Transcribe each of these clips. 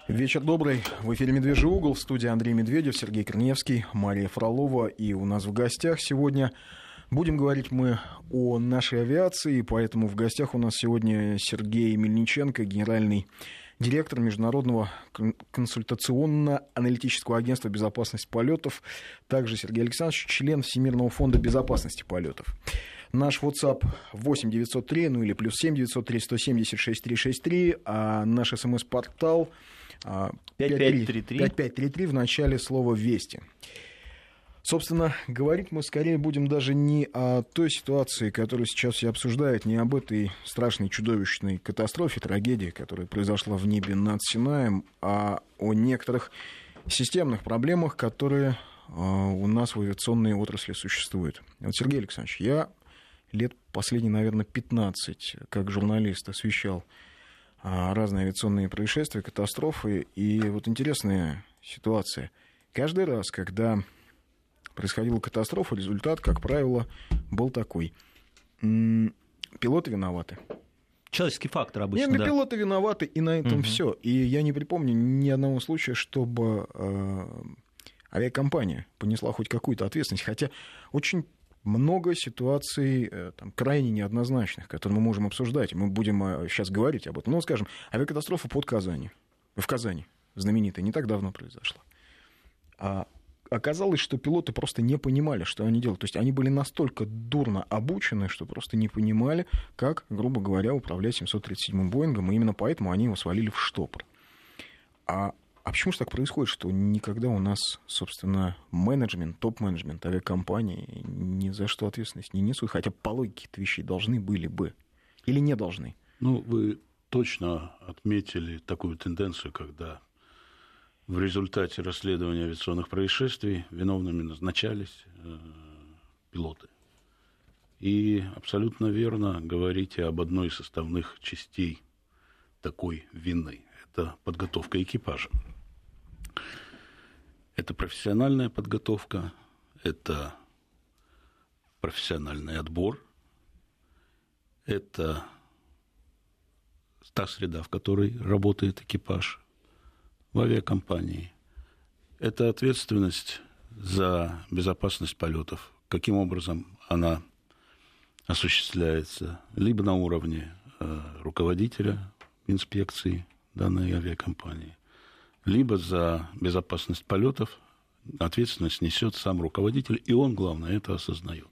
Вечер добрый. В эфире «Медвежий угол». В студии Андрей Медведев, Сергей Корнеевский, Мария Фролова. И у нас в гостях сегодня будем говорить мы о нашей авиации. Поэтому в гостях у нас сегодня Сергей Мельниченко, генеральный директор Международного консультационно-аналитического агентства безопасности полетов. Также Сергей Александрович, член Всемирного фонда безопасности полетов. Наш WhatsApp 8 903, ну или плюс 7 903 170 6363, а наш СМС-портал 5533 в начале слова «Вести». Собственно, говорить мы скорее будем даже не о той ситуации, которую сейчас все обсуждают, не об этой страшной, чудовищной катастрофе, трагедии, которая произошла в небе над Синаем, а о некоторых системных проблемах, которые у нас в авиационной отрасли существуют. Вот, Сергей Александрович, я лет последние, наверное, 15 как журналист освещал разные авиационные происшествия, катастрофы. И вот интересная ситуация. Каждый раз, когда происходила катастрофа, результат, как правило, был такой. Пилоты виноваты. Человеческий фактор обычно, Нет, пилоты виноваты, и на этом все. И я не припомню ни одного случая, чтобы авиакомпания понесла хоть какую-то ответственность. Хотя очень много ситуаций там, крайне неоднозначных, которые мы можем обсуждать. Мы будем сейчас говорить об этом. Ну, скажем, авиакатастрофа в Казани, знаменитая, не так давно произошла. А оказалось, что пилоты просто не понимали, что они делают. То есть они были настолько дурно обучены, что просто не понимали, как, грубо говоря, управлять 737-м Боингом, и именно поэтому они его свалили в штопор. А почему же так происходит, что никогда у нас, собственно, менеджмент, топ-менеджмент авиакомпании ни за что ответственность не несут, хотя по логике какие-то вещи должны были бы или не должны? Ну, вы точно отметили такую тенденцию, когда в результате расследования авиационных происшествий виновными назначались пилоты. И абсолютно верно говорите об одной из составных частей такой вины. Это подготовка экипажа. Это профессиональная подготовка, это профессиональный отбор, это та среда, в которой работает экипаж в авиакомпании. Это ответственность за безопасность полетов. Каким образом она осуществляется? Либо на уровне руководителя инспекции данной авиакомпании, либо за безопасность полетов ответственность несет сам руководитель, и он, главное, это осознает.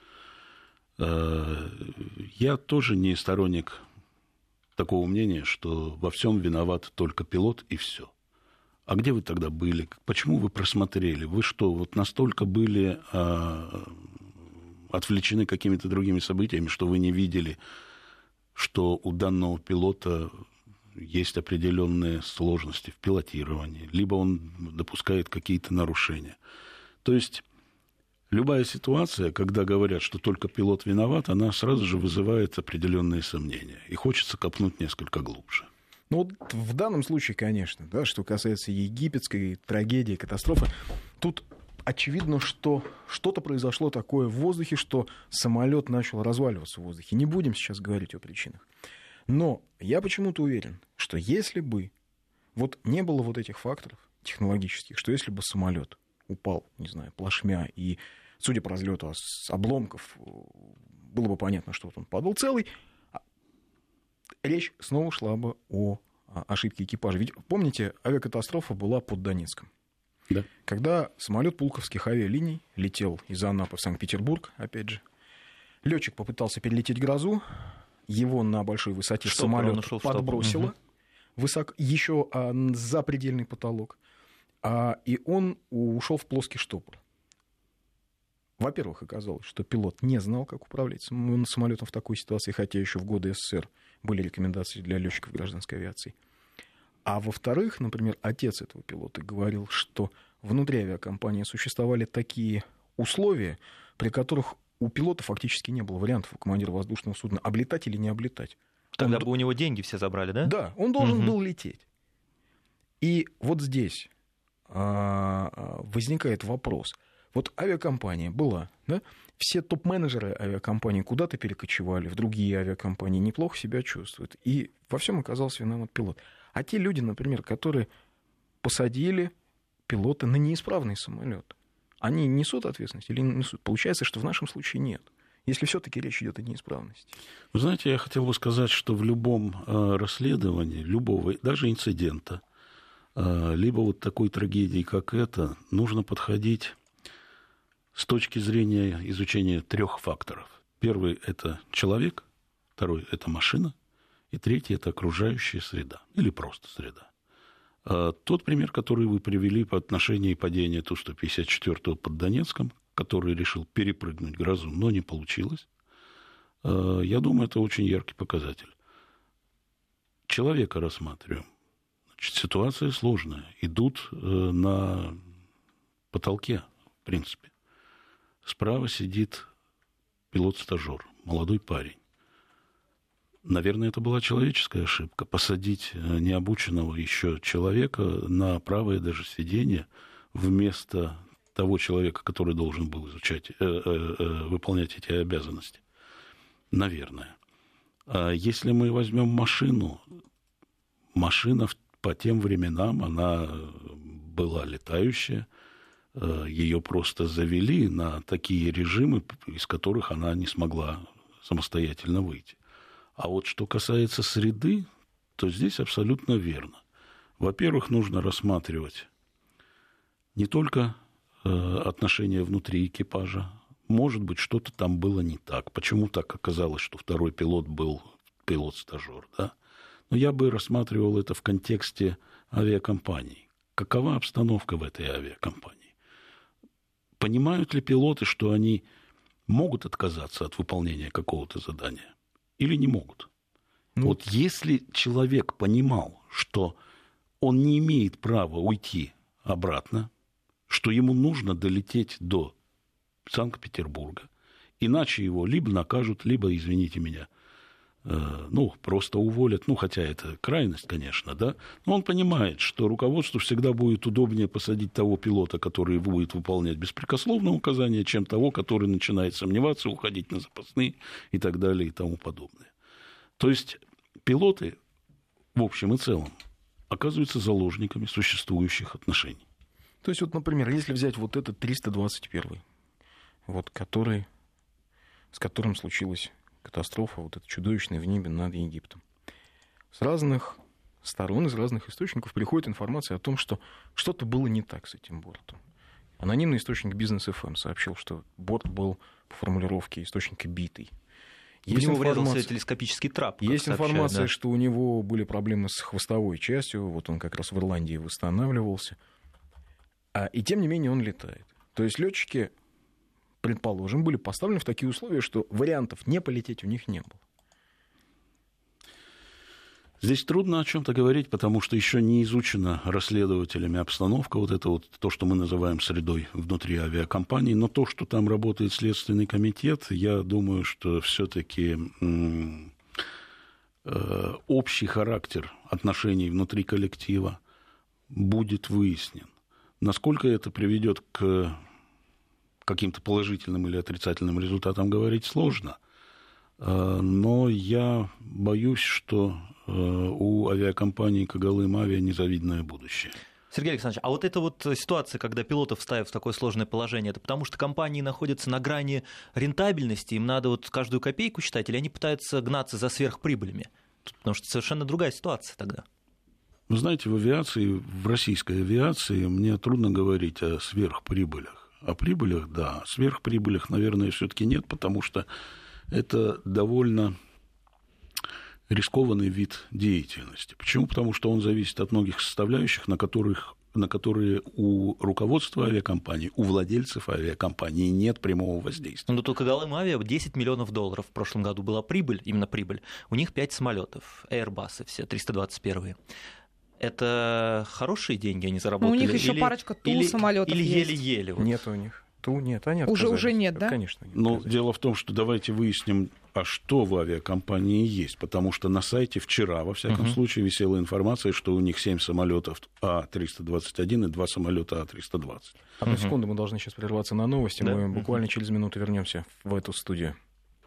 Я тоже не сторонник такого мнения, что во всем виноват только пилот и все. А где вы тогда были? Почему вы просмотрели? Вы что, вот настолько были отвлечены какими-то другими событиями, что вы не видели, что у данного пилота есть определенные сложности в пилотировании, либо он допускает какие-то нарушения. То есть любая ситуация, когда говорят, что только пилот виноват, она сразу же вызывает определенные сомнения. И хочется копнуть несколько глубже. Ну вот в данном случае, конечно, да, что касается египетской трагедии, катастрофы, тут очевидно, что что-то произошло такое в воздухе, что самолет начал разваливаться в воздухе. Не будем сейчас говорить о причинах. Но я почему-то уверен, что если бы вот не было вот этих факторов технологических, что если бы самолет упал, не знаю, плашмя, и, судя по разлету с обломков, было бы понятно, что вот он падал целый, речь снова шла бы о ошибке экипажа. Ведь, помните, авиакатастрофа была под Донецком. Да. Когда самолет Пулковских авиалиний летел из Анапы в Санкт-Петербург, опять же, летчик попытался перелететь грозу, его на большой высоте самолет подбросило еще за предельный потолок, и он ушел в плоский штопор. Во-первых, оказалось, что пилот не знал, как управлять самолетом в такой ситуации, хотя еще в годы СССР были рекомендации для летчиков гражданской авиации. А во-вторых, например, отец этого пилота говорил, что внутри авиакомпании существовали такие условия, при которых у пилота фактически не было вариантов, у командира воздушного судна, облетать или не облетать. Тогда бы у него деньги все забрали, да? Да, он должен был лететь. И вот здесь возникает вопрос. Вот авиакомпания была, да? Все топ-менеджеры авиакомпании куда-то перекочевали в другие авиакомпании, неплохо себя чувствуют. И во всем оказался виноват пилот. А те люди, например, которые посадили пилота на неисправный самолет, они несут ответственность или не несут? Получается, что в нашем случае нет, если все-таки речь идет о неисправности. Вы знаете, я хотел бы сказать, что в любом расследовании, любого, даже инцидента, либо вот такой трагедии, как это, нужно подходить с точки зрения изучения 3 факторов. Первый – это человек, второй – это машина, и третий – это окружающая среда, или просто среда. Тот пример, который вы привели по отношению падения Ту-154 под Донецком, который решил перепрыгнуть грозу, но не получилось, я думаю, это очень яркий показатель. Человека рассматриваем. Значит, ситуация сложная. Идут на потолке, в принципе. Справа сидит пилот-стажер, молодой парень. Наверное, это была человеческая ошибка. Посадить необученного еще человека на правое даже сиденье вместо того человека, который должен был выполнять эти обязанности. Наверное. А если мы возьмем машину, машина по тем временам, она была летающая, ее просто завели на такие режимы, из которых она не смогла самостоятельно выйти. А вот что касается среды, то здесь абсолютно верно. Во-первых, нужно рассматривать не только отношения внутри экипажа. Может быть, что-то там было не так. Почему так оказалось, что второй пилот был пилот-стажер, да? Но я бы рассматривал это в контексте авиакомпании. Какова обстановка в этой авиакомпании? Понимают ли пилоты, что они могут отказаться от выполнения какого-то задания или не могут? Вот если человек понимал, что он не имеет права уйти обратно, что ему нужно долететь до Санкт-Петербурга, иначе его либо накажут, либо, извините меня, просто уволят, хотя это крайность, конечно, да, но он понимает, что руководству всегда будет удобнее посадить того пилота, который будет выполнять беспрекословно указания, чем того, который начинает сомневаться, уходить на запасные и так далее и тому подобное. То есть пилоты, в общем и целом, оказываются заложниками существующих отношений. То есть, например, если взять этот 321, с которым случилась катастрофа, эта чудовищная в небе над Египтом. С разных сторон, из разных источников приходит информация о том, что что-то было не так с этим бортом. Анонимный источник Бизнес ФМ сообщил, что борт был по формулировке источника битый. В него врезался телескопический трап. Есть информация, что у него были проблемы с хвостовой частью, он как раз в Ирландии восстанавливался. И тем не менее он летает. То есть летчики, предположим, были поставлены в такие условия, что вариантов не полететь у них не было. Здесь трудно о чем-то говорить, потому что еще не изучена расследователями обстановка, то, что мы называем средой внутри авиакомпании, но то, что там работает Следственный комитет, я думаю, что все-таки общий характер отношений внутри коллектива будет выяснен. Насколько это приведет к каким-то положительным или отрицательным результатам, говорить сложно. Но я боюсь, что у авиакомпании «Когалым Авиа» незавидное будущее. Сергей Александрович, а эта ситуация, когда пилотов ставят в такое сложное положение, это потому что компании находятся на грани рентабельности, им надо каждую копейку считать, или они пытаются гнаться за сверхприбылями? Потому что совершенно другая ситуация тогда. Вы знаете, в авиации, в российской авиации мне трудно говорить о сверхприбылях. О прибылях, да. О сверхприбылях, наверное, все-таки нет, потому что это довольно рискованный вид деятельности. Почему? Потому что он зависит от многих составляющих, на которые у руководства авиакомпании, у владельцев авиакомпании нет прямого воздействия. Но только Когалым Авиа $10 миллионов в прошлом году была прибыль, именно прибыль. У них 5 самолетов, Airbus все, 321-е. Это хорошие деньги они заработали? У них еще парочка Ту-самолетов или есть. еле-еле? Нет у них. Ту нет, они уже нет, да? Конечно. Но дело в том, что давайте выясним, что в авиакомпании есть. Потому что на сайте вчера, во всяком случае, висела информация, что у них 7 самолетов А-321 и 2 самолета А-320. Одну секунду, мы должны сейчас прерваться на новости. Да? Мы буквально через минуту вернемся в эту студию.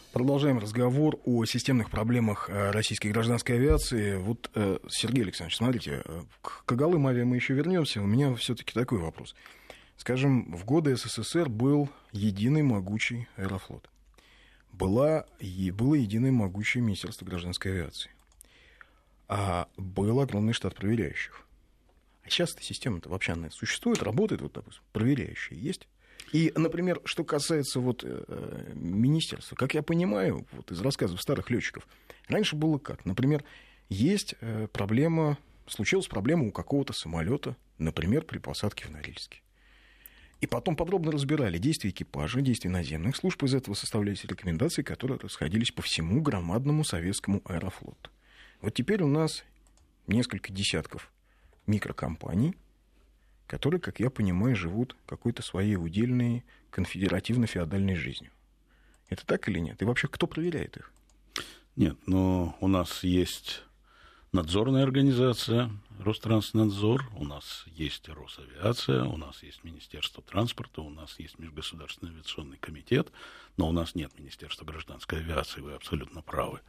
Продолжаем разговор о системных проблемах российской гражданской авиации. Вот, Сергей Александрович, смотрите, к Когалым авиа мы еще вернемся. У меня все-таки такой вопрос. Скажем, в годы СССР был единый могучий Аэрофлот. Было единое могучее Министерство гражданской авиации. А был огромный штат проверяющих. А сейчас эта система-то вообще она существует, работает, вот, допустим, проверяющие есть? И, например, что касается вот, министерства, как я понимаю, вот из рассказов старых летчиков, раньше было как? Например, есть проблема, случилась проблема у какого-то самолета, например, при посадке в Норильске. И потом подробно разбирали действия экипажа, действия наземных служб, из этого составлялись рекомендации, которые расходились по всему громадному советскому Аэрофлоту. Вот теперь у нас несколько десятков микрокомпаний, которые, как я понимаю, живут какой-то своей удельной конфедеративно-феодальной жизнью. Это так или нет? И вообще, кто проверяет их? Нет, но у нас есть надзорная организация, Ространснадзор, у нас есть Росавиация, у нас есть Министерство транспорта, у нас есть Межгосударственный авиационный комитет, но у нас нет Министерства гражданской авиации, вы абсолютно правы.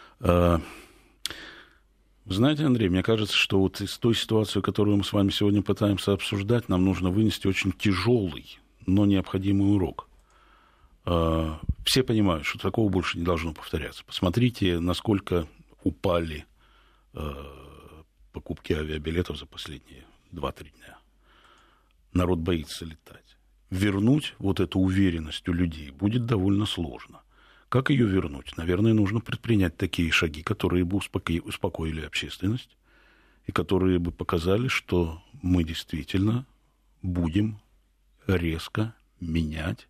Знаете, Андрей, мне кажется, что вот из той ситуации, которую мы с вами сегодня пытаемся обсуждать, нам нужно вынести очень тяжелый, но необходимый урок. Все понимают, что такого больше не должно повторяться. Посмотрите, насколько упали покупки авиабилетов за последние 2-3 дня. Народ боится летать. Вернуть вот эту уверенность у людей будет довольно сложно. Как ее вернуть? Наверное, нужно предпринять такие шаги, которые бы успокоили общественность и которые бы показали, что мы действительно будем резко менять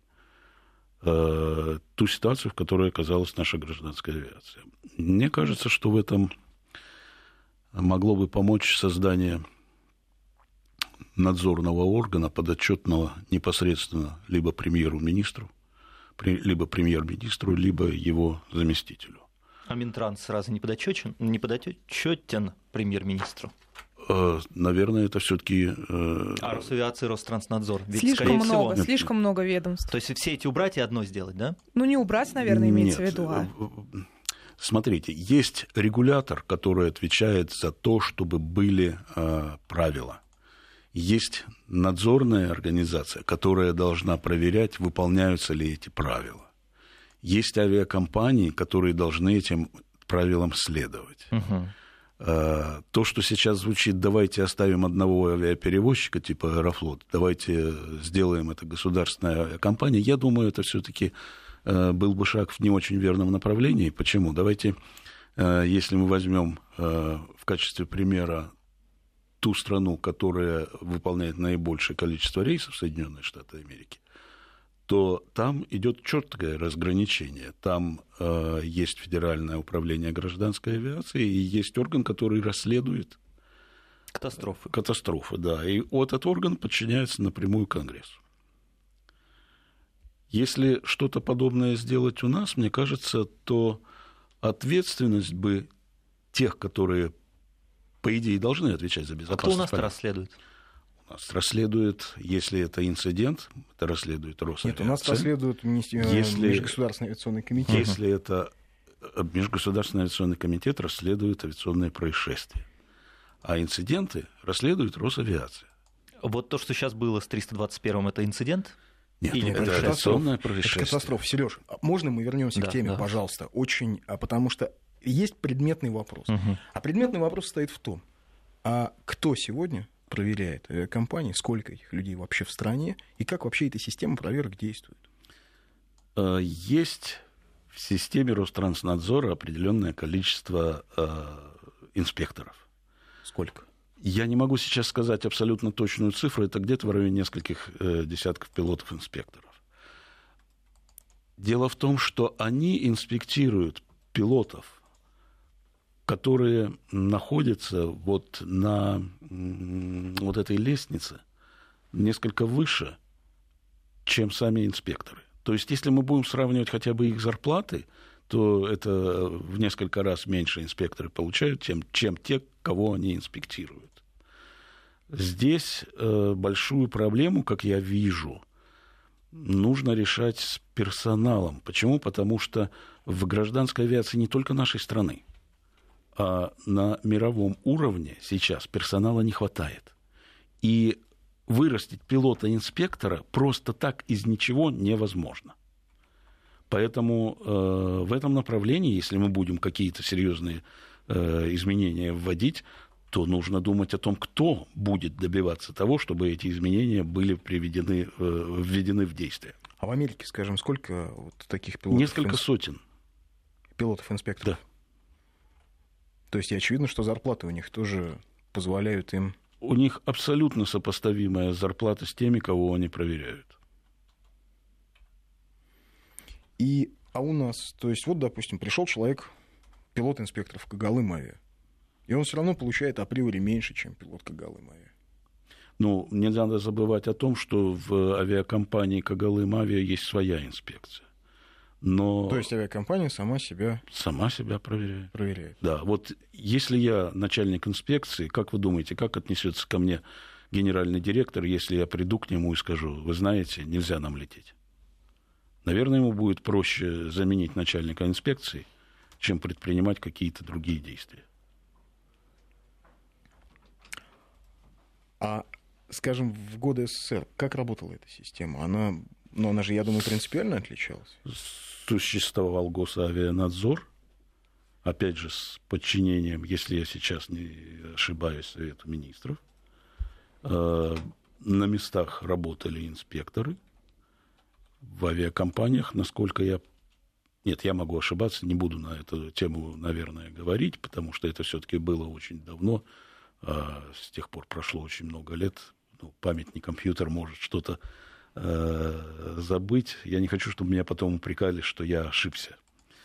ту ситуацию, в которой оказалась наша гражданская авиация. Мне кажется, что в этом могло бы помочь создание надзорного органа, подотчетного непосредственно либо премьер-министру, либо его заместителю. А Минтранс сразу не подотчетен премьер-министру? Наверное, это все-таки... А Росавиация, Ространснадзор? Ведь, слишком много ведомств. То есть все эти убрать и одно сделать, да? Ну, не убрать, наверное, имеется в виду. Смотрите, есть регулятор, который отвечает за то, чтобы были правила. Есть надзорная организация, которая должна проверять, выполняются ли эти правила. Есть авиакомпании, которые должны этим правилам следовать. То, что сейчас звучит, давайте оставим одного авиаперевозчика типа Аэрофлот, давайте сделаем это государственная авиакомпания, я думаю, это все-таки был бы шаг в не очень верном направлении. Почему? Давайте, если мы возьмем в качестве примера ту страну, которая выполняет наибольшее количество рейсов, Соединенные Штаты Америки, то там идет четкое разграничение. Там есть Федеральное управление гражданской авиации и есть орган, который расследует катастрофы, да. И этот орган подчиняется напрямую Конгрессу. Если что-то подобное сделать у нас, мне кажется, то ответственность бы тех, которые, по идее, должны отвечать за безопасность. А кто у нас-то расследует? У нас расследует, если это инцидент, это расследует Росавиация. Нет, у нас расследует Межгосударственный авиационный комитет. Если это Межгосударственный авиационный комитет, расследует авиационные происшествия. А инциденты расследует Росавиация. Вот то, что сейчас было с 321-м, это инцидент? Нет, или это авиационное происшествие. Это катастрофа. Сереж, можно мы вернемся к теме, пожалуйста? Очень, потому что есть предметный вопрос. А предметный вопрос состоит в том, а кто сегодня проверяет авиакомпании, сколько этих людей вообще в стране, и как вообще эта система проверок действует? Есть в системе Ространснадзора определенное количество инспекторов. Сколько? Я не могу сейчас сказать абсолютно точную цифру, это где-то в районе нескольких десятков пилотов-инспекторов. Дело в том, что они инспектируют пилотов, которые находятся вот на вот этой лестнице несколько выше, чем сами инспекторы. То есть, если мы будем сравнивать хотя бы их зарплаты, то это в несколько раз меньше инспекторы получают, чем те, кого они инспектируют. Здесь большую проблему, как я вижу, нужно решать с персоналом. Почему? Потому что в гражданской авиации не только нашей страны, а на мировом уровне сейчас персонала не хватает. И вырастить пилота-инспектора просто так из ничего невозможно. Поэтому в этом направлении, если мы будем какие-то серьезные изменения вводить, то нужно думать о том, кто будет добиваться того, чтобы эти изменения были введены в действие. А в Америке, скажем, сколько вот таких пилотов? Несколько сотен. Пилотов-инспекторов? Да. То есть очевидно, что зарплаты у них тоже позволяют им... У них абсолютно сопоставимая зарплата с теми, кого они проверяют. А у нас, то есть вот, допустим, пришел человек, пилот-инспектор в Когалым-Авиа, и он все равно получает априори меньше, чем пилот Когалым-Авиа. Ну, не надо забывать о том, что в авиакомпании Когалым-Авиа есть своя инспекция. Но... То есть авиакомпания сама себя проверяет. Да, вот если я начальник инспекции, как вы думаете, как отнесется ко мне генеральный директор, если я приду к нему и скажу: вы знаете, нельзя нам лететь? Наверное, ему будет проще заменить начальника инспекции, чем предпринимать какие-то другие действия. А, скажем, в годы СССР как работала эта система? Она же, я думаю, принципиально отличалась. Существовал Госавианадзор, опять же, с подчинением, если я сейчас не ошибаюсь, Совету Министров. На местах работали инспекторы. В авиакомпаниях, насколько я... Нет, я могу ошибаться, не буду на эту тему, наверное, говорить, потому что это все-таки было очень давно. С тех пор прошло очень много лет. Память не компьютер, может что-то забыть. Я не хочу, чтобы меня потом упрекали, что я ошибся.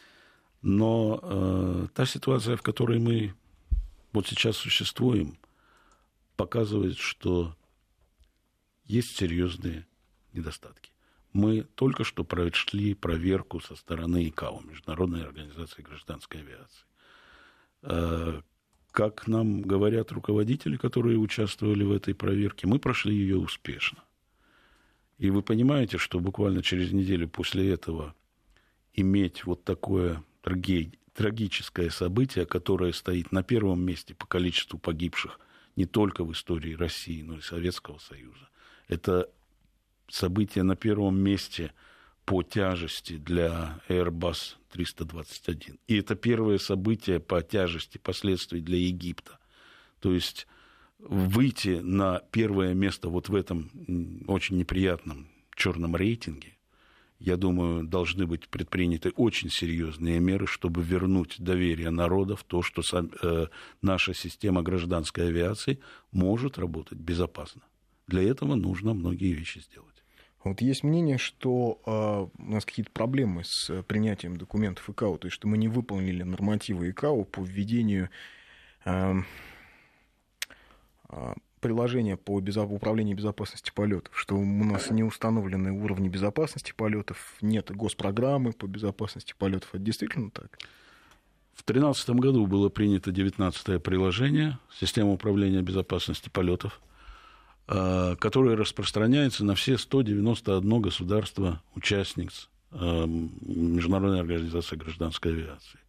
Но та ситуация, в которой мы вот сейчас существуем, показывает, что есть серьезные недостатки. Мы только что прошли проверку со стороны ИКАО, Международной организации гражданской авиации. Как нам говорят руководители, которые участвовали в этой проверке, мы прошли ее успешно. И вы понимаете, что буквально через неделю после этого иметь вот такое трагическое событие, которое стоит на первом месте по количеству погибших не только в истории России, но и Советского Союза, это событие на первом месте по тяжести для Airbus 321. И это первое событие по тяжести последствий для Египта. То есть выйти на первое место вот в этом очень неприятном черном рейтинге, я думаю, должны быть предприняты очень серьезные меры, чтобы вернуть доверие народа в то, что наша система гражданской авиации может работать безопасно. Для этого нужно многие вещи сделать. Вот есть мнение, что у нас какие-то проблемы с принятием документов ИКАО, то есть что мы не выполнили нормативы ИКАО по введению приложения по управлению безопасности полетов, что у нас не установлены уровни безопасности полетов, нет госпрограммы по безопасности полетов. Это действительно так? В 2013 году было принято 19-е приложение системы управления безопасности полетов, которое распространяется на все 191 государство участниц Международной организации гражданской авиации.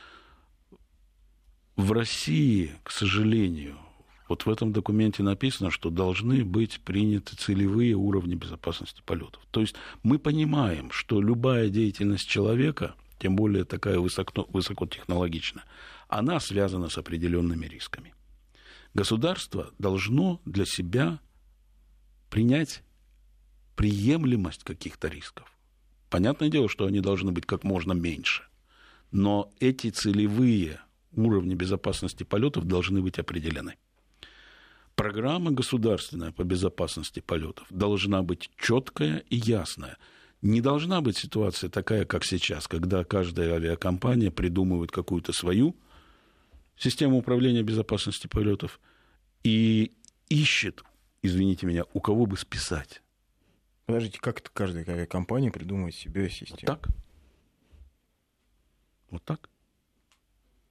В России, к сожалению, вот в этом документе написано, что должны быть приняты целевые уровни безопасности полетов. То есть мы понимаем, что любая деятельность человека, тем более такая высокотехнологичная, она связана с определенными рисками. Государство должно для себя принять приемлемость каких-то рисков. Понятное дело, что они должны быть как можно меньше, но эти целевые уровни безопасности полетов должны быть определены. Программа государственная по безопасности полетов должна быть четкая и ясная. Не должна быть ситуация такая, как сейчас, когда каждая авиакомпания придумывает какую-то свою систему управления безопасностью полетов и ищет, извините меня, у кого бы списать. Подождите, как это каждая авиакомпания придумывает себе систему? Вот так. Вот так.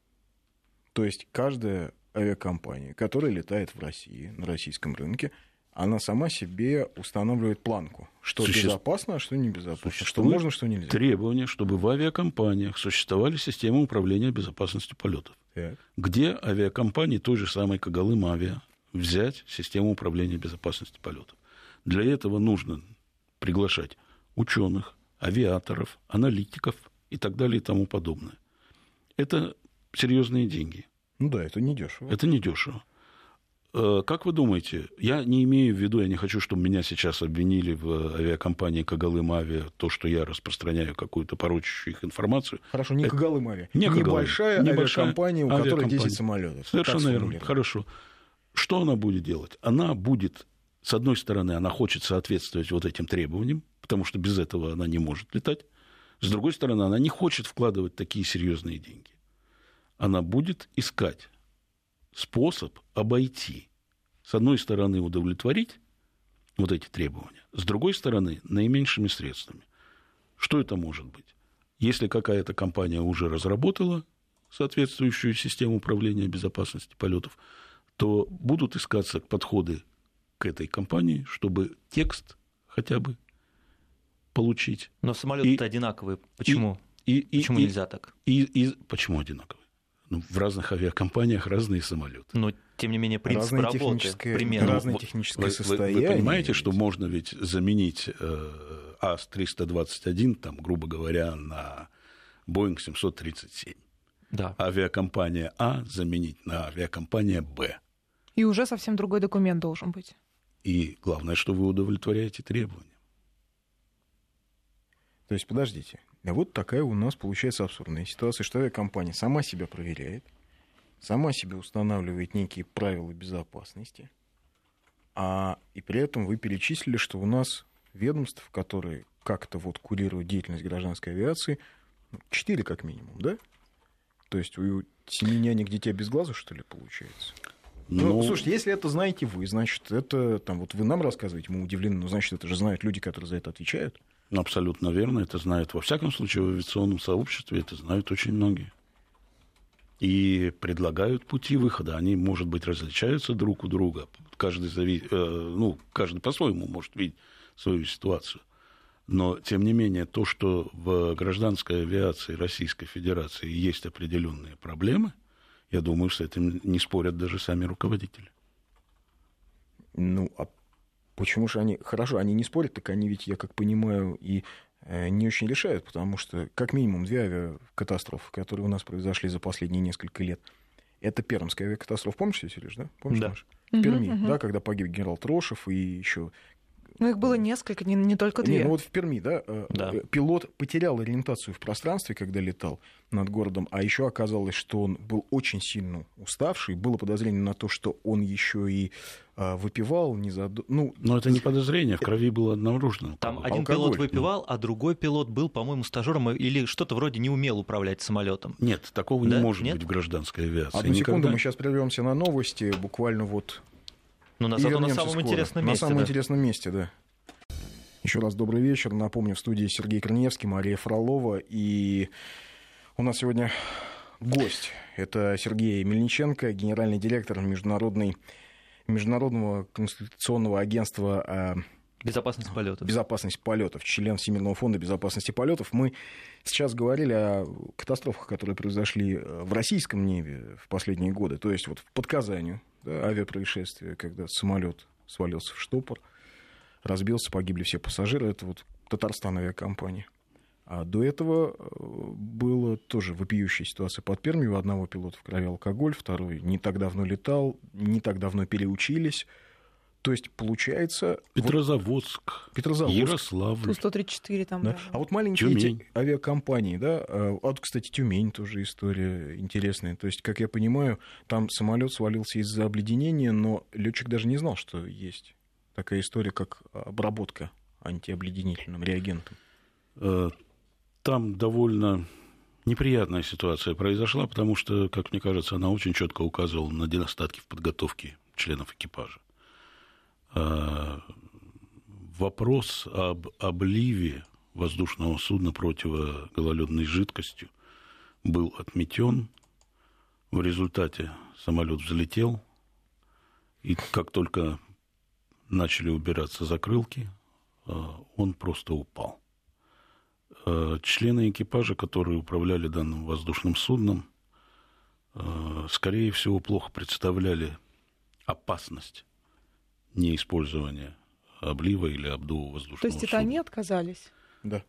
То есть каждая авиакомпания, которая летает в России, на российском рынке, она сама себе устанавливает планку, что безопасно, а что небезопасно, что можно, что нельзя. Требование, чтобы в авиакомпаниях существовали системы управления безопасностью полетов. Так. Где авиакомпании той же самой Когалым Авиа взять систему управления безопасностью полетов? Для этого нужно приглашать ученых, авиаторов, аналитиков и так далее и тому подобное. Это серьезные деньги. Ну да, это недешево. Это недешево. Как вы думаете, я не имею в виду, я не хочу, чтобы меня сейчас обвинили в авиакомпании Когалым Авиа, то, что я распространяю какую-то порочащую их информацию. Хорошо, не Когалым Авиа. Небольшая авиакомпания, у которой 10 самолетов. Совершенно верно. Хорошо. Что она будет делать? Она будет, с одной стороны, она хочет соответствовать вот этим требованиям, потому что без этого она не может летать. С другой стороны, она не хочет вкладывать такие серьезные деньги. Она будет искать способ обойти. С одной стороны, удовлетворить вот эти требования, с другой стороны, наименьшими средствами. Что это может быть? Если какая-то компания уже разработала соответствующую систему управления безопасностью полетов, то будут искаться подходы к этой компании, чтобы текст хотя бы получить. Но самолеты одинаковые. Почему? Почему нельзя так? Почему одинаковые? Ну, в разных авиакомпаниях разные самолеты. Но, тем не менее, принцип работы примерно. Разное техническое состояние. Вы понимаете, что можно ведь заменить АС-321, там, грубо говоря, на Боинг 737. Да. Авиакомпания А заменить на авиакомпания Б. И уже совсем другой документ должен быть. И главное, что вы удовлетворяете требования. То есть, подождите, вот такая у нас получается абсурдная ситуация, что авиакомпания сама себя проверяет, сама себе устанавливает некие правила безопасности, и при этом вы перечислили, что у нас ведомств, которые как-то вот курируют деятельность гражданской авиации, 4 как минимум, да? То есть у 7 нянек дитя без глаза, что ли, получается? Ну, слушайте, если это знаете вы, значит, это там вот вы нам рассказываете, мы удивлены, но значит, это же знают люди, которые за это отвечают. Абсолютно верно, это знают во всяком случае в авиационном сообществе, это знают очень многие. И предлагают пути выхода. Они, может быть, различаются друг у друга. Каждый по-своему может видеть свою ситуацию. Но, тем не менее, то, что в гражданской авиации Российской Федерации есть определенные проблемы, я думаю, с этим не спорят даже сами руководители. Ну, а почему же они... Хорошо, они не спорят, так они ведь, я как понимаю, и не очень решают, потому что как минимум 2 авиакатастрофы, которые у нас произошли за последние несколько лет. Это пермская авиакатастрофа. Помнишь, Сереж, да? Помнишь, да. Маш? В Перми, да, когда погиб генерал Трошев и еще... Ну, их было несколько, не только 2. Ну вот в Перми, да, пилот потерял ориентацию в пространстве, когда летал над городом, а еще оказалось, что он был очень сильно уставший, было подозрение на то, что он еще и выпивал, Но это не подозрение, в крови было обнаружено. Там один пилот выпивал, а другой пилот был, по-моему, стажером или что-то вроде не умел управлять самолетом. Нет, такого не может быть в гражданской авиации. Одну секунду, мы сейчас прервемся на новости, буквально вот... Но на самом интересном месте. На самом интересном месте, да. Еще раз добрый вечер. Напомню, в студии Сергей Корнеевский, Мария Фролова. И у нас сегодня гость. Это Сергей Мельниченко, генеральный директор Международного консультационного агентства «Безопасность полетов», член Всемирного фонда безопасности полетов. Мы сейчас говорили о катастрофах, которые произошли в российском небе в последние годы. То есть вот под Казанью, да, авиапроисшествие, когда самолет свалился в штопор, разбился, погибли все пассажиры. Это вот Татарстан авиакомпания. А до этого была тоже вопиющая ситуация под Пермью. У одного пилота в крови алкоголь, второй не так давно летал, не так давно переучились. То есть, получается... Петрозаводск. Ярославль. Ту-134 там. Да. А вот маленькие эти авиакомпании, да, вот, кстати, Тюмень тоже история интересная. То есть, как я понимаю, там самолет свалился из-за обледенения, но летчик даже не знал, что есть такая история, как обработка антиобледенительным реагентом. Там довольно неприятная ситуация произошла, потому что, как мне кажется, она очень четко указывала на недостатки в подготовке членов экипажа. Вопрос об обливе воздушного судна противогололедной жидкостью был отметен. В результате самолет взлетел, и как только начали убираться закрылки, он просто упал. Члены экипажа, которые управляли данным воздушным судном, скорее всего, плохо представляли опасность неиспользования облива или обдува воздушного судна. То есть это они отказались? Да.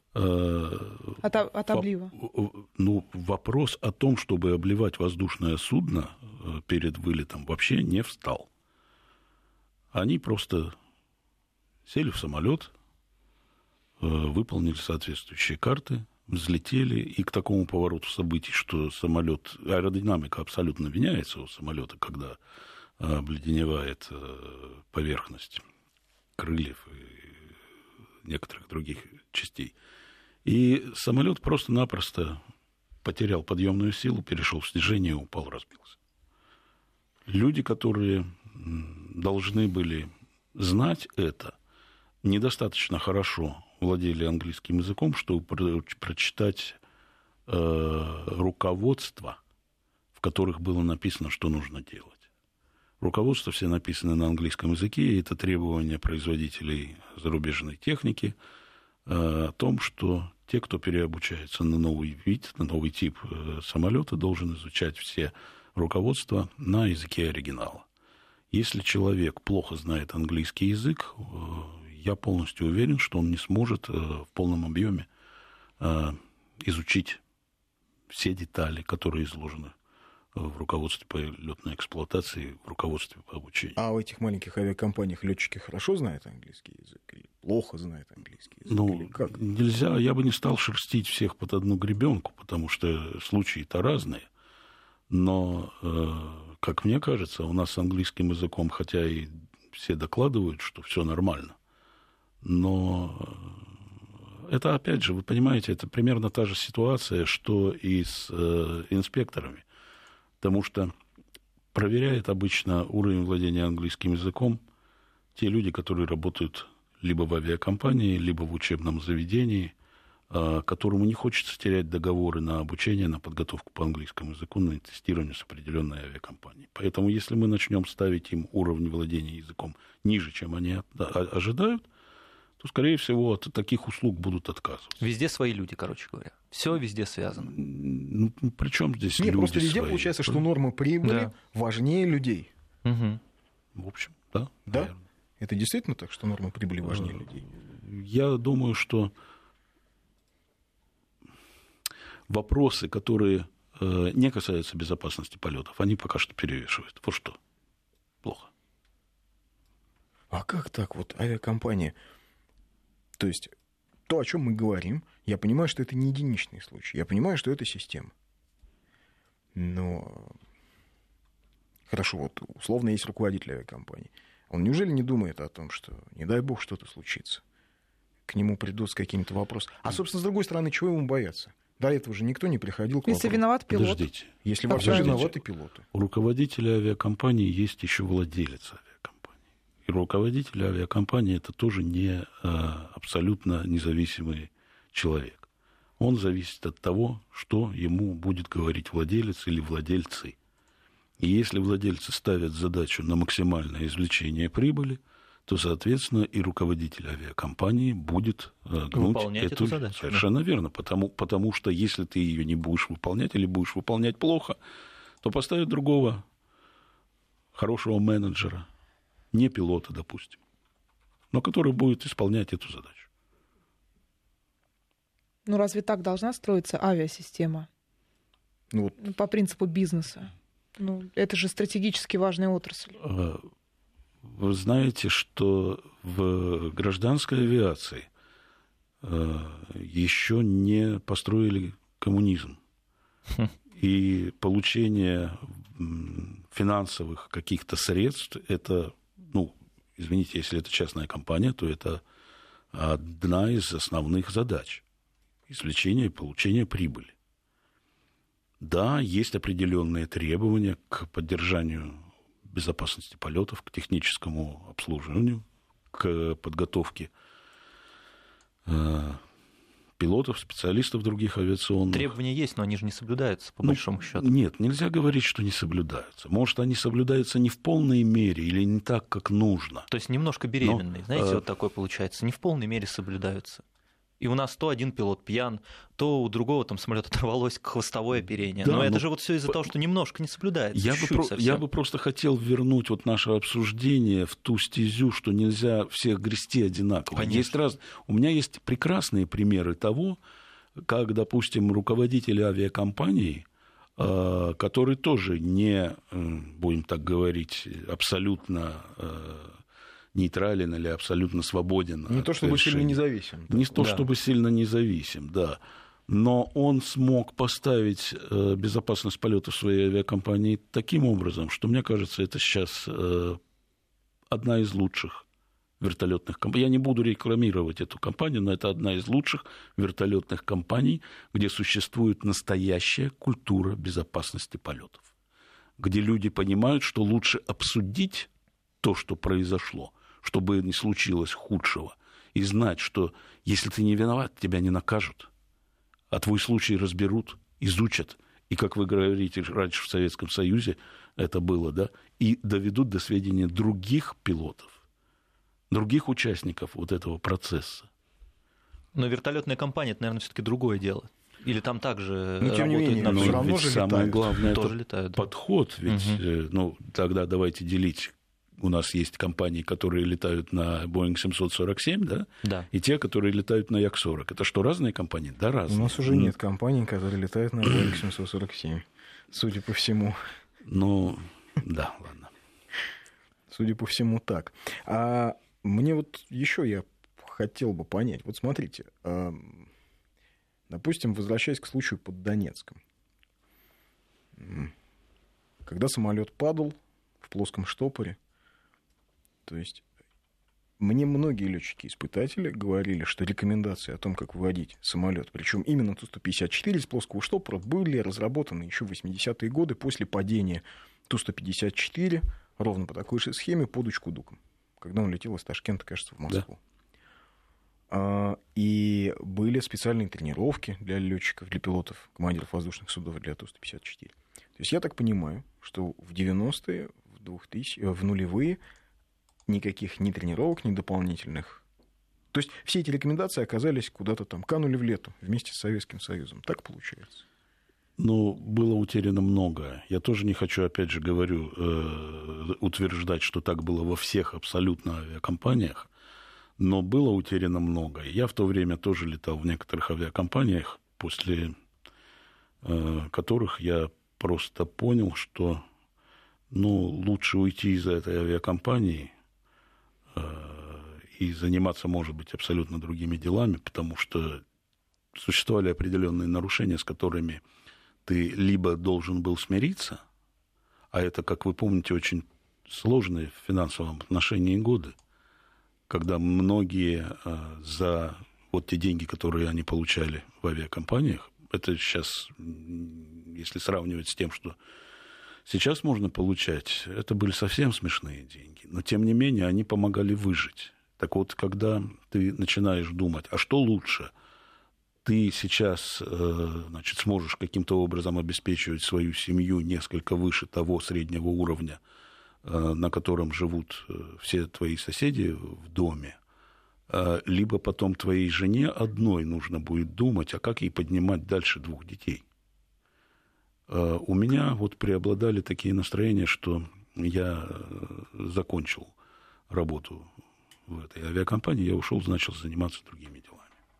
От облива? Вопрос о том, чтобы обливать воздушное судно перед вылетом, вообще не встал. Они просто сели в самолет, выполнили соответствующие карты, взлетели, и к такому повороту событий, что самолет, аэродинамика абсолютно меняется у самолета, когда обледеневает поверхность крыльев и некоторых других частей. И самолет просто-напросто потерял подъемную силу, перешел в снижение, упал, разбился. Люди, которые должны были знать это, недостаточно хорошо владели английским языком, чтобы прочитать руководства, в которых было написано, что нужно делать. Руководства все написаны на английском языке, и это требования производителей зарубежной техники о том, что те, кто переобучается на новый вид, на новый тип самолета, должен изучать все руководства на языке оригинала. Если человек плохо знает английский язык, я полностью уверен, что он не сможет в полном объеме изучить все детали, которые изложены в руководстве по летной эксплуатации, в руководстве по обучению. А в этих маленьких авиакомпаниях летчики хорошо знают английский язык или плохо знают английский язык? Ну, как? Нельзя, я бы не стал шерстить всех под одну гребенку, потому что случаи-то разные. Но, как мне кажется, у нас с английским языком, хотя и все докладывают, что все нормально, но это, опять же, вы понимаете, это примерно та же ситуация, что и с инспекторами. Потому что проверяют обычно уровень владения английским языком те люди, которые работают либо в авиакомпании, либо в учебном заведении, которому не хочется терять договоры на обучение, на подготовку по английскому языку, на тестирование с определенной авиакомпанией. Поэтому если мы начнем ставить им уровень владения языком ниже, чем они ожидают, то, скорее всего, от таких услуг будут отказываться. Везде свои люди, короче говоря. Все везде связано. Ну, при чем здесь люди просто везде свои? Получается, что нормы прибыли важнее людей. Угу. В общем, да. Да? Наверное. Это действительно так, что нормы прибыли важнее людей? Я думаю, что вопросы, которые не касаются безопасности полетов, они пока что перевешивают. Вот что. Плохо. А как так? Вот авиакомпания... То есть то, о чем мы говорим, я понимаю, что это не единичный случай. Я понимаю, что это система. Но хорошо, вот условно есть руководитель авиакомпании. Он неужели не думает о том, что, не дай бог, что-то случится? К нему придут с какими-то вопросами. А, собственно, с другой стороны, чего ему бояться? До этого же никто не приходил к вопросу. Если виноват пилот. Подождите. Если вообще виноваты пилоты. У руководителя авиакомпании есть еще владелец авиакомпании. И руководитель авиакомпании — это тоже не абсолютно независимый человек. Он зависит от того, что ему будет говорить владелец или владельцы. И если владельцы ставят задачу на максимальное извлечение прибыли, то, соответственно, и руководитель авиакомпании будет гнуть эту задачу. Совершенно верно. Потому что если ты ее не будешь выполнять или будешь выполнять плохо, то поставят другого хорошего менеджера, не пилота, допустим, но который будет исполнять эту задачу. Ну, разве так должна строиться авиасистема? Ну, вот. По принципу бизнеса. Ну, это же стратегически важная отрасль. Вы знаете, что в гражданской авиации еще не построили коммунизм. И получение финансовых каких-то средств, это, ну, извините, если это частная компания, то это одна из основных задач – извлечение и получение прибыли. Да, есть определенные требования к поддержанию безопасности полетов, к техническому обслуживанию, к подготовке пилотов, специалистов других авиационных. Требования есть, но они же не соблюдаются, по большому счету. Нет, нельзя говорить, что не соблюдаются. Может, они соблюдаются не в полной мере или не так, как нужно. То есть немножко беременные, знаете, вот такое получается, не в полной мере соблюдаются. И у нас то один пилот пьян, то у другого там самолет оторвалось хвостовое оперение. Да, но это же вот все из-за того, что немножко не соблюдается. Я бы просто хотел вернуть вот наше обсуждение в ту стезю, что нельзя всех грести одинаково. У меня есть прекрасные примеры того, как, допустим, руководители авиакомпаний, который тоже не, будем так говорить, абсолютно нейтрален или абсолютно свободен. Не то чтобы сильно независим. Не то чтобы сильно независим, да. Но он смог поставить безопасность полета в своей авиакомпании таким образом, что, мне кажется, это сейчас одна из лучших вертолетных компаний. Я не буду рекламировать эту компанию, но это одна из лучших вертолетных компаний, где существует настоящая культура безопасности полетов, где люди понимают, что лучше обсудить то, что произошло, чтобы не случилось худшего, и знать, что если ты не виноват, тебя не накажут, а твой случай разберут, изучат, и, как вы говорите, раньше в Советском Союзе это было, да, и доведут до сведения других пилотов, других участников вот этого процесса. Но вертолетная компания, это, наверное, все-таки другое дело. Или там также тем не менее, на все равно же самое главное, тоже это летают, подход, ведь, тогда давайте делить. У нас есть компании, которые летают на Boeing 747, да? Да. И те, которые летают на Як-40. Это что, разные компании? Да, разные. У нас уже нет компаний, которые летают на Boeing 747, судя по всему. Ну, да, ладно. Судя по всему, так. А мне вот еще я хотел бы понять. Вот смотрите, допустим, возвращаясь к случаю под Донецком. Когда самолет падал в плоском штопоре, то есть мне многие летчики-испытатели говорили, что рекомендации о том, как выводить самолет, причем именно Ту-154 из плоского штопора, были разработаны еще в 80-е годы после падения Ту-154 ровно по такой же схеме под Учкудуком, когда он летел из Ташкента, кажется, в Москву. Да. И были специальные тренировки для летчиков, для пилотов, командиров воздушных судов для Ту-154. То есть я так понимаю, что в 90-е, в нулевые никаких ни тренировок, ни дополнительных. То есть все эти рекомендации оказались куда-то там, канули в лету вместе с Советским Союзом. Так получается? Ну, было утеряно многое. Я тоже не хочу, опять же, говорю, утверждать, что так было во всех абсолютно авиакомпаниях, но было утеряно многое. Я в то время тоже летал в некоторых авиакомпаниях, после которых я просто понял, что лучше уйти из этой авиакомпании и заниматься, может быть, абсолютно другими делами, потому что существовали определенные нарушения, с которыми ты либо должен был смириться, а это, как вы помните, очень сложные в финансовом отношении годы, когда многие за вот те деньги, которые они получали в авиакомпаниях, это сейчас, если сравнивать с тем, что сейчас можно получать, это были совсем смешные деньги, но тем не менее они помогали выжить. Так вот, когда ты начинаешь думать, а что лучше, ты сейчас, значит, сможешь каким-то образом обеспечивать свою семью несколько выше того среднего уровня, на котором живут все твои соседи в доме, либо потом твоей жене одной нужно будет думать, а как ей поднимать дальше 2 детей. У меня вот преобладали такие настроения, что я закончил работу в этой авиакомпании, я ушел, начал заниматься другими делами.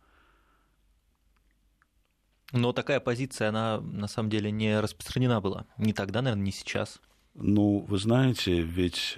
Но такая позиция, она на самом деле не распространена была. Ни тогда, наверное, ни сейчас. Ну, вы знаете, ведь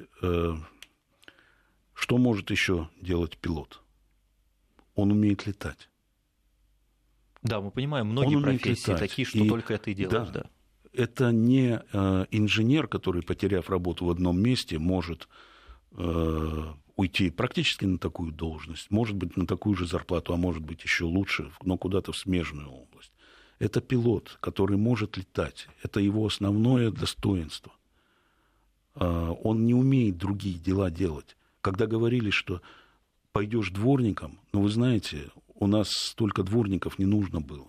что может еще делать пилот? Он умеет летать. Да, мы понимаем, многие профессии летать. Такие, что только это и делаешь. Да. Это не инженер, который, потеряв работу в одном месте, может уйти практически на такую должность, может быть, на такую же зарплату, а может быть, еще лучше, но куда-то в смежную область. Это пилот, который может летать. Это его основное достоинство. Он не умеет другие дела делать. Когда говорили, что пойдешь дворником, вы знаете, у нас столько дворников не нужно было.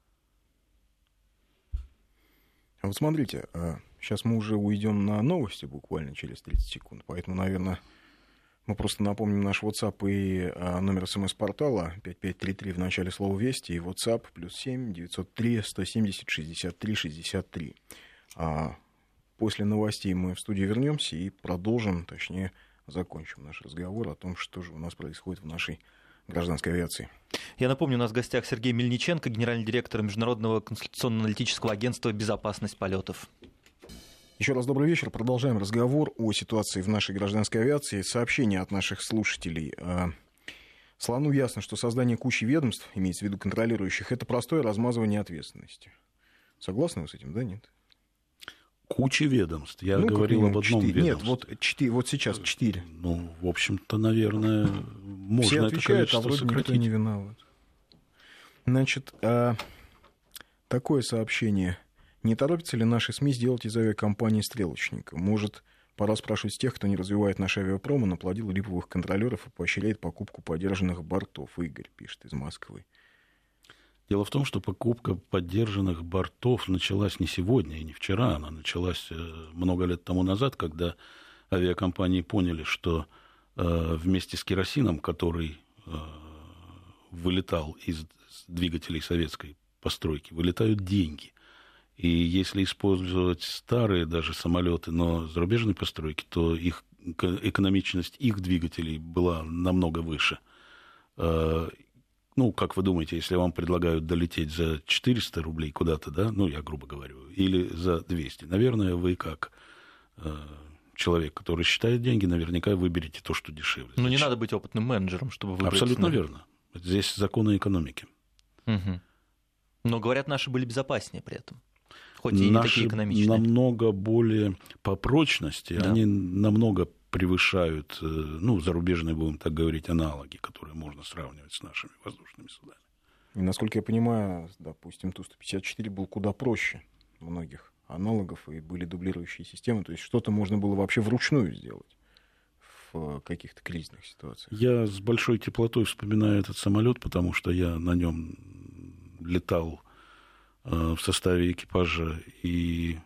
А вот смотрите, сейчас мы уже уйдем на новости буквально через 30 секунд, поэтому, наверное, мы просто напомним наш WhatsApp и номер СМС-портала 5533 в начале слова «Вести» и WhatsApp +7 903 170 63 63. После новостей мы в студию вернемся и продолжим, точнее, закончим наш разговор о том, что же у нас происходит в нашей гражданской авиации. Я напомню, у нас в гостях Сергей Мельниченко, генеральный директор Международного консультационно-аналитического агентства «Безопасность полетов». Еще раз добрый вечер. Продолжаем разговор о ситуации в нашей гражданской авиации. Сообщение от наших слушателей. Слону ясно, что создание кучи ведомств, имеется в виду контролирующих, это простое размазывание ответственности. Согласны вы с этим, да, нет? Куча ведомств. Я говорил об одном 4. ведомстве. Нет, вот сейчас 4. Ну, в общем-то, наверное, можно все это отвечают, количество вроде сократить. никто не виноват. Значит, такое сообщение. Не торопятся ли наши СМИ сделать из авиакомпании стрелочника? Может, пора спрашивать тех, кто не развивает наш авиапром, и наплодил липовых контролеров и поощряет покупку подержанных бортов. Игорь пишет из Москвы. Дело в том, что покупка подержанных бортов началась не сегодня и не вчера. Она началась много лет тому назад, когда авиакомпании поняли, что вместе с керосином, который вылетал из двигателей советской постройки, вылетают деньги. И если использовать старые даже самолеты, но зарубежной постройки, то их экономичность их двигателей была намного выше. Ну, как вы думаете, если вам предлагают долететь за 400 рублей куда-то, да, ну, я грубо говорю, или за 200, наверное, вы как человек, который считает деньги, наверняка выберете то, что дешевле. Ну, не надо быть опытным менеджером, чтобы выбрать. Абсолютно верно. Здесь законы экономики. Угу. Но, говорят, наши были безопаснее при этом. Хоть и не такие экономичные. Намного более по прочности, да. Они намного превышают, ну, зарубежные, будем так говорить, аналоги, которые можно сравнивать с нашими воздушными судами. И, насколько я понимаю, допустим, Ту-154 был куда проще многих аналогов, и были дублирующие системы, то есть что-то можно было вообще вручную сделать в каких-то кризисных ситуациях. Я с большой теплотой вспоминаю этот самолет, потому что я на нем летал в составе экипажа, и,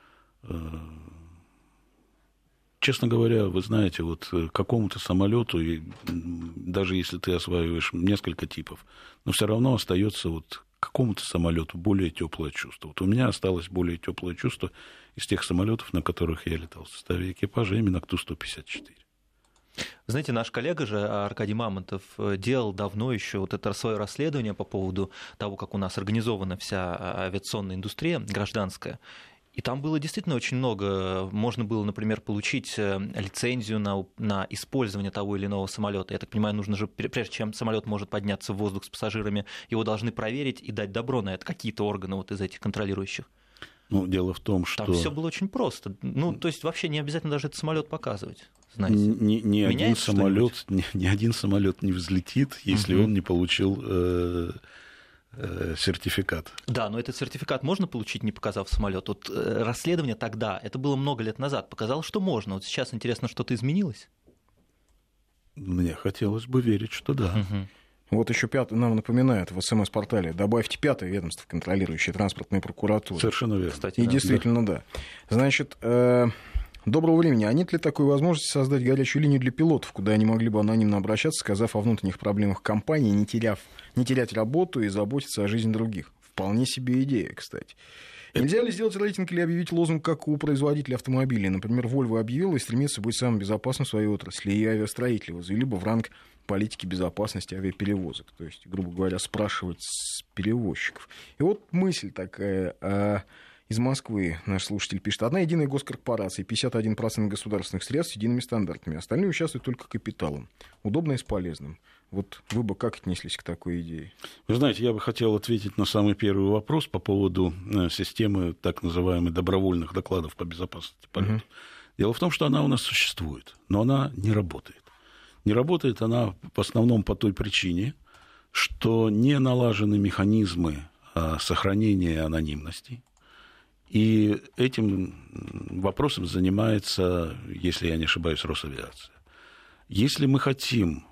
честно говоря, вы знаете, вот какому-то самолету, даже если ты осваиваешь несколько типов, но все равно остается вот какому-то самолету более теплое чувство. Вот у меня осталось более теплое чувство из тех самолетов, на которых я летал в составе экипажа, именно к Ту-154. Знаете, наш коллега же, Аркадий Мамонтов, делал давно еще вот это свое расследование по поводу того, как у нас организована вся авиационная индустрия гражданская. И там было действительно очень много. Можно было, например, получить лицензию на использование того или иного самолета. Я так понимаю, нужно же, прежде чем самолет может подняться в воздух с пассажирами, его должны проверить и дать добро на это какие-то органы вот из этих контролирующих. Ну, дело в том, что... Там все было очень просто. Ну, то есть вообще не обязательно даже этот самолет показывать. Знаете. Ни один самолет не взлетит, если он не получил сертификат. Да, но этот сертификат можно получить, не показав самолет. Вот расследование тогда, это было много лет назад, показало, что можно. Вот сейчас интересно, что-то изменилось? Мне хотелось бы верить, что да. Вот еще нам напоминают в СМС-портале: добавьте 5-е ведомство, контролирующее транспортную прокуратуру. Совершенно верно. Кстати, И да. действительно, да. Значит, доброго времени. А нет ли такой возможности создать горячую линию для пилотов, куда они могли бы анонимно обращаться, сказав о внутренних проблемах компании, не терять работу и заботиться о жизни других? Вполне себе идея, кстати. Нельзя ли сделать рейтинг или объявить лозунг, как у производителей автомобилей? Например, Volvo объявила и стремится быть самым безопасным в своей отрасли, и авиастроители возвели бы в ранг политики безопасности авиаперевозок. То есть, грубо говоря, спрашивать с перевозчиков. И вот мысль такая. Из Москвы наш слушатель пишет: одна единая госкорпорация, 51% государственных средств с едиными стандартами, остальные участвуют только капиталом. Удобно и с полезным. Вот вы бы как отнеслись к такой идее? Вы знаете, я бы хотел ответить на самый первый вопрос по поводу системы так называемых добровольных докладов по безопасности полета. Дело в том, что она у нас существует, но она не работает. Не работает она в основном по той причине, что не налажены механизмы сохранения анонимности. И этим вопросом занимается, если я не ошибаюсь, Росавиация. Если мы хотим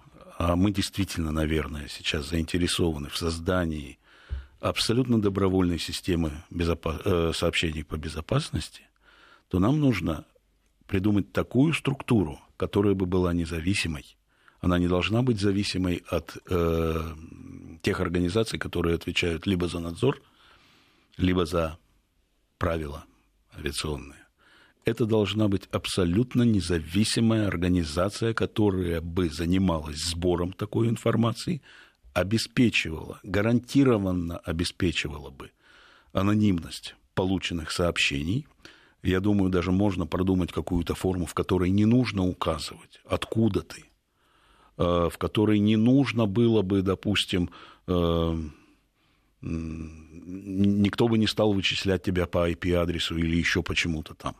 а мы действительно, наверное, сейчас заинтересованы в создании абсолютно добровольной системы сообщений по безопасности, то нам нужно придумать такую структуру, которая бы была независимой. Она не должна быть зависимой от тех организаций, которые отвечают либо за надзор, либо за правила авиационные. Это должна быть абсолютно независимая организация, которая бы занималась сбором такой информации, обеспечивала, гарантированно обеспечивала бы анонимность полученных сообщений. Я думаю, даже можно продумать какую-то форму, в которой не нужно указывать, откуда ты, в которой не нужно было бы, допустим, никто бы не стал вычислять тебя по IP-адресу или еще почему-то там.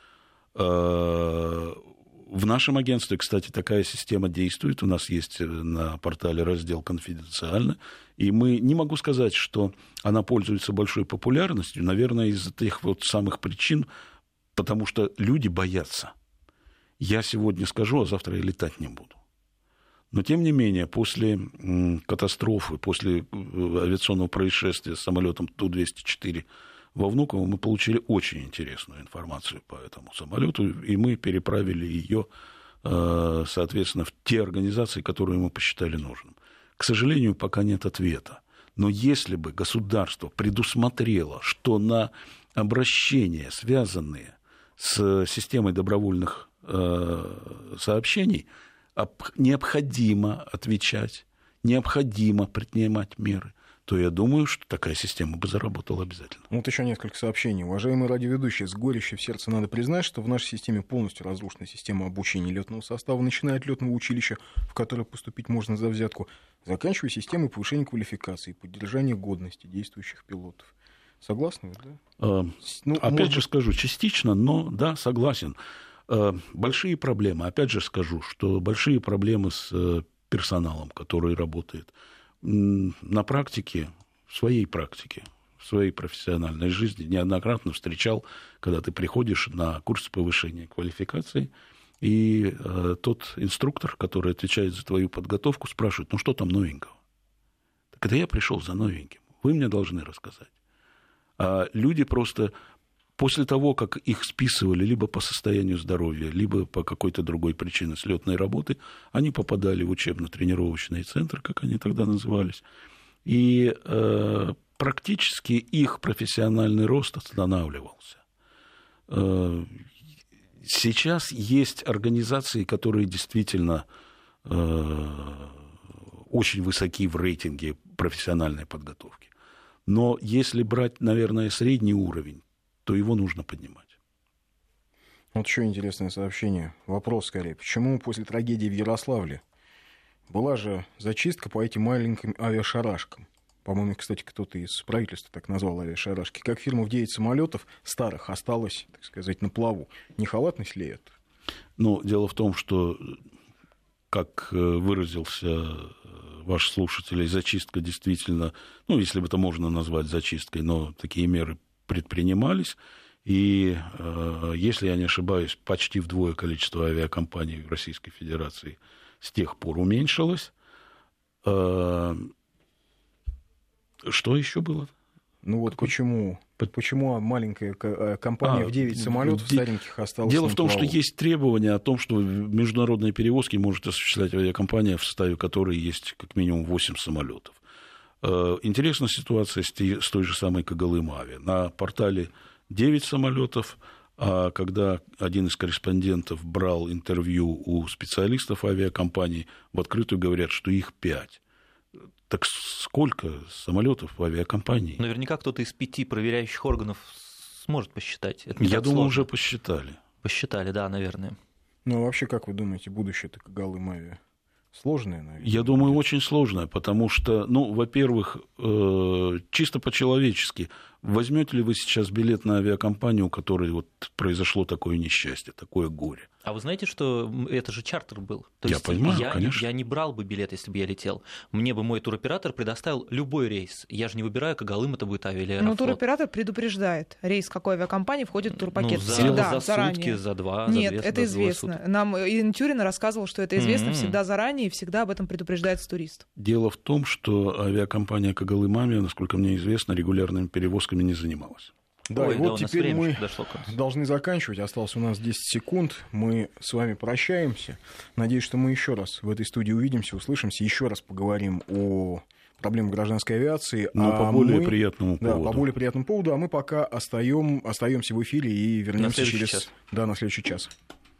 В нашем агентстве, кстати, такая система действует. У нас есть на портале раздел «Конфиденциально». И не могу сказать, что она пользуется большой популярностью. Наверное, из-за тех вот самых причин, потому что люди боятся. Я сегодня скажу, а завтра я летать не буду. Но, тем не менее, после катастрофы, после авиационного происшествия с самолетом Ту-204 во Внуково мы получили очень интересную информацию по этому самолету, и мы переправили ее, соответственно, в те организации, которые мы посчитали нужным. К сожалению, пока нет ответа. Но если бы государство предусмотрело, что на обращения, связанные с системой добровольных сообщений, необходимо отвечать, необходимо предпринимать меры, то я думаю, что такая система бы заработала обязательно. Вот еще несколько сообщений. Уважаемые радиоведущие, с горечью в сердце надо признать, что в нашей системе полностью разрушена система обучения летного состава, начиная от летного училища, в которое поступить можно за взятку, заканчивая системой повышения квалификации и поддержания годности действующих пилотов. Согласны вы, да? Опять же скажу, частично, но да, согласен. Большие проблемы. Опять же скажу, что большие проблемы с персоналом, который работает. На практике, в своей профессиональной жизни неоднократно встречал, когда ты приходишь на курс повышения квалификации, и тот инструктор, который отвечает за твою подготовку, спрашивает, что там новенького? Так это я пришел за новеньким, вы мне должны рассказать. А люди просто после того, как их списывали либо по состоянию здоровья, либо по какой-то другой причине с летной работы, они попадали в учебно-тренировочный центр, как они тогда назывались, и практически их профессиональный рост останавливался. Сейчас есть организации, которые действительно очень высоки в рейтинге профессиональной подготовки. Но если брать, наверное, средний уровень, то его нужно поднимать. Вот еще интересное сообщение. Вопрос скорее. Почему после трагедии в Ярославле была же зачистка по этим маленьким авиашарашкам? По-моему, кстати, кто-то из правительства так назвал авиашарашки. Как фирма в 9 самолетов старых осталась, так сказать, на плаву. Не халатность ли это? Дело в том, что, как выразился ваш слушатель, зачистка действительно, если бы это можно назвать зачисткой, но такие меры предпринимались, и, если я не ошибаюсь, почти вдвое количество авиакомпаний в Российской Федерации с тех пор уменьшилось. Что еще было? Почему маленькая компания в 9 самолетов стареньких осталась? Дело в том, что есть требования о том, что международные перевозки может осуществлять авиакомпания, в составе которой есть как минимум 8 самолетов. Интересна ситуация с той же самой Когалым-Авиа. На портале 9 самолетов, а когда один из корреспондентов брал интервью у специалистов авиакомпании, в открытую говорят, что их 5. Так сколько самолетов в авиакомпании? Наверняка кто-то из 5 проверяющих органов сможет посчитать. Я думаю, уже посчитали. Посчитали, да, наверное. Вообще, как вы думаете, будущее-то Когалым-Авиа? Сложное, наверное. Я думаю, очень сложное, потому что, во-первых, чисто по-человечески, Возьмете ли вы сейчас билет на авиакомпанию, у которой вот произошло такое несчастье, такое горе? А вы знаете, что это же чартер был? Я понимаю, конечно. Я не брал бы билет, если бы я летел. Мне бы мой туроператор предоставил любой рейс. Я же не выбираю, Когалым это будет авиа или Аэрофлот. Но туроператор предупреждает, рейс какой авиакомпании входит в турпакет. За Всегда, сутки, заранее. за 2, Нет, за 2, это за двое известно. суток. Нам Ирина Тюрина рассказывала, что это известно всегда заранее, и всегда об этом предупреждается турист. Дело в том, что авиакомпания Когалым Авиа, насколько мне известно, регулярными перевозками не занималась. Да, Ой, и да, вот у нас теперь время мы дошло к концу. должны заканчивать. Осталось у нас 10 секунд. Мы с вами прощаемся. Надеюсь, что мы еще раз в этой студии увидимся, услышимся, еще раз поговорим о проблемах гражданской авиации. Но по более приятному поводу. Да, по более приятному поводу. А мы пока остаемся в эфире и вернемся следующий час. на следующий час.